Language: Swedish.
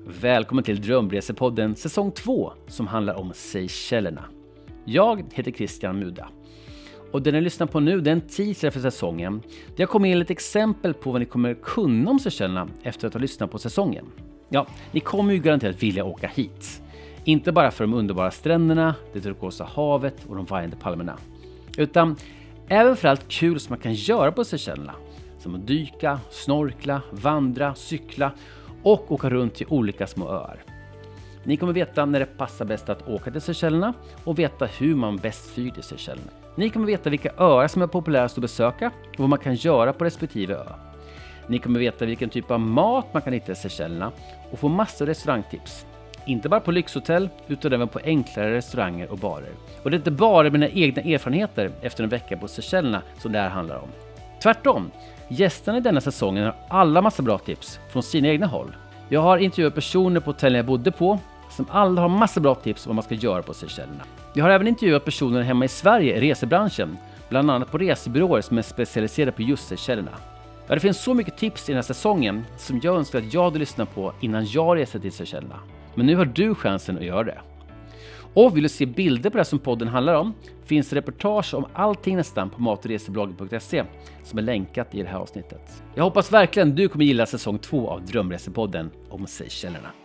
Välkommen till Drömresepodden säsong 2 som handlar om Seychellerna. Jag heter Christian Muda. Och det ni lyssnar på nu, det är en teaser för säsongen. Det har kommit in lite exempel på vad ni kommer kunna om Seychellerna efter att ha lyssnat på säsongen. Ja, ni kommer ju garanterat vilja åka hit. Inte bara för de underbara stränderna, det turkosa havet och de vajande palmerna. Utan även för allt kul som man kan göra på Seychellerna. Som att dyka, snorkla, vandra, cykla och åka runt till olika små öar. Ni kommer veta när det passar bäst att åka till Seychellerna och veta hur man bäst flyger till Seychellerna. Ni kommer veta vilka öar som är populärast att besöka och vad man kan göra på respektive ö. Ni kommer veta vilken typ av mat man kan hitta i Seychellerna och få massor av restaurangtips. Inte bara på lyxhotell utan även på enklare restauranger och barer. Och det är inte bara mina egna erfarenheter efter en vecka på Seychellerna som det här handlar om. Tvärtom, gästerna i denna säsongen har alla massa bra tips från sina egna håll. Jag har intervjuat personer på hotellen jag bodde på som alla har massa bra tips om vad man ska göra på Seychellerna. Jag har även intervjuat personer hemma i Sverige i resebranschen, bland annat på resebyråer som är specialiserade på just Seychellerna. Ja, det finns så mycket tips i den här säsongen som jag önskar att jag hade lyssnat på innan jag reser till Seychellerna. Men nu har du chansen att göra det. Och vill du se bilder på det som podden handlar om finns det reportage om allting nästan på matresebloggen.se som är länkat i det här avsnittet. Jag hoppas verkligen du kommer gilla säsong 2 av Drömresepodden om Seychellerna.